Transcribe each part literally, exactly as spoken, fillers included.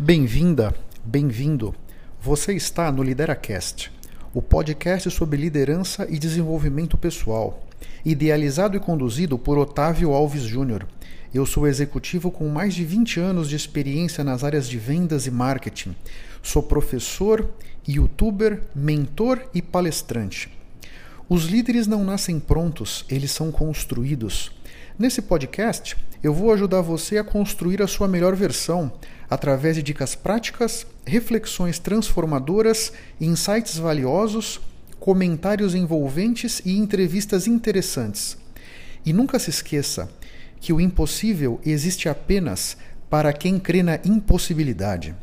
Bem-vinda, bem-vindo. Você está no LideraCast, o podcast sobre liderança e desenvolvimento pessoal, idealizado e conduzido por Otávio Alves Júnior. Eu sou executivo com mais de vinte anos de experiência nas áreas de vendas e marketing. Sou professor, youtuber, mentor e palestrante. Os líderes não nascem prontos, eles são construídos. Nesse podcast, eu vou ajudar você a construir a sua melhor versão através de dicas práticas, reflexões transformadoras, insights valiosos, comentários envolventes e entrevistas interessantes. E nunca se esqueça que o impossível existe apenas para quem crê na impossibilidade.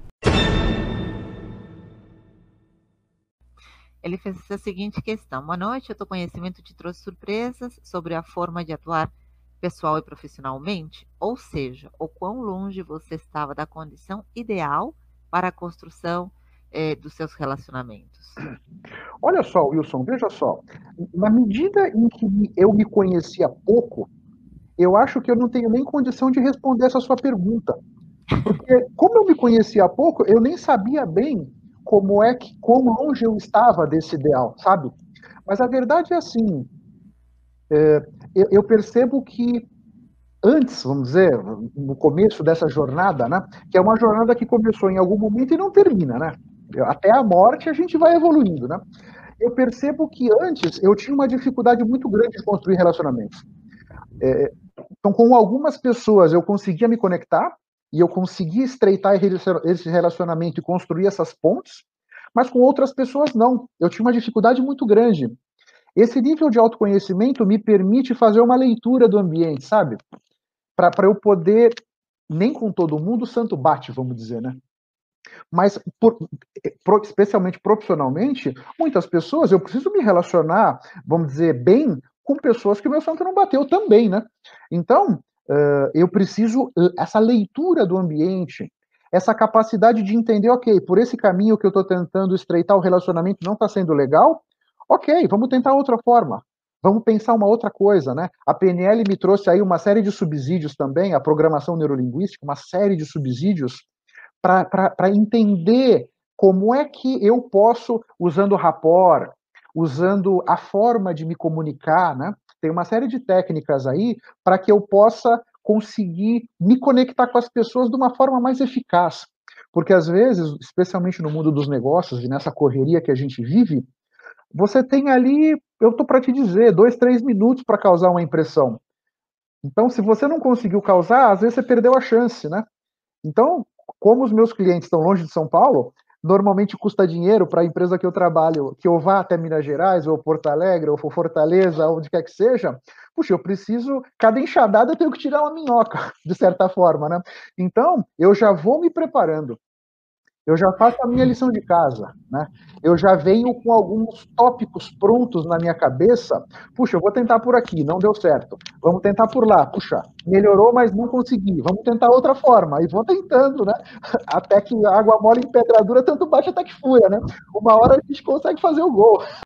Ele fez a seguinte questão: boa noite, o teu conhecimento te trouxe surpresas sobre a forma de atuar pessoal e profissionalmente? Ou seja, o quão longe você estava da condição ideal para a construção eh, dos seus relacionamentos? Olha só, Wilson, veja só. Na medida em que eu me conhecia pouco, eu acho que eu não tenho nem condição de responder essa sua pergunta. Porque, como eu me conhecia pouco, eu nem sabia bem como é que, quão longe eu estava desse ideal, sabe? Mas a verdade é assim, é, eu, eu percebo que antes, vamos dizer, no começo dessa jornada, né, que é uma jornada que começou em algum momento e não termina, né? Até a morte a gente vai evoluindo, né? Eu percebo que antes eu tinha uma dificuldade muito grande de construir relacionamentos. É, então, com algumas pessoas eu conseguia me conectar e eu conseguia estreitar esse relacionamento e construir essas pontes, mas com outras pessoas não. Eu tinha uma dificuldade muito grande. Esse nível de autoconhecimento me permite fazer uma leitura do ambiente, sabe? Para eu poder, nem com todo mundo o santo bate, vamos dizer, né? Mas, por, por, especialmente profissionalmente, muitas pessoas, eu preciso me relacionar, vamos dizer, bem com pessoas que o meu santo não bateu também, né? Então, uh, eu preciso, essa leitura do ambiente, essa capacidade de entender, ok, por esse caminho que eu estou tentando estreitar o relacionamento não está sendo legal, ok, vamos tentar outra forma. Vamos pensar uma outra coisa, né? A P N L me trouxe aí uma série de subsídios também, a programação neurolinguística, uma série de subsídios para entender como é que eu posso, usando rapport, usando a forma de me comunicar, né? Tem uma série de técnicas aí para que eu possa conseguir me conectar com as pessoas de uma forma mais eficaz. Porque às vezes, especialmente no mundo dos negócios e nessa correria que a gente vive, você tem ali, eu estou para te dizer, dois, três minutos para causar uma impressão. Então, se você não conseguiu causar, às vezes você perdeu a chance, né? Então, como os meus clientes estão longe de São Paulo, normalmente custa dinheiro para a empresa que eu trabalho, que eu vá até Minas Gerais, ou Porto Alegre, ou Fortaleza, onde quer que seja, puxa, eu preciso, cada enxadada eu tenho que tirar uma minhoca, de certa forma, né? Então, eu já vou me preparando. Eu já faço a minha lição de casa, né? Eu já venho com alguns tópicos prontos na minha cabeça. Puxa, eu vou tentar por aqui, não deu certo. Vamos tentar por lá. Puxa, melhorou, mas não consegui. Vamos tentar outra forma. E vou tentando, né? Até que a água mole em pedra dura, tanto bate até que fura, né? Uma hora a gente consegue fazer o gol.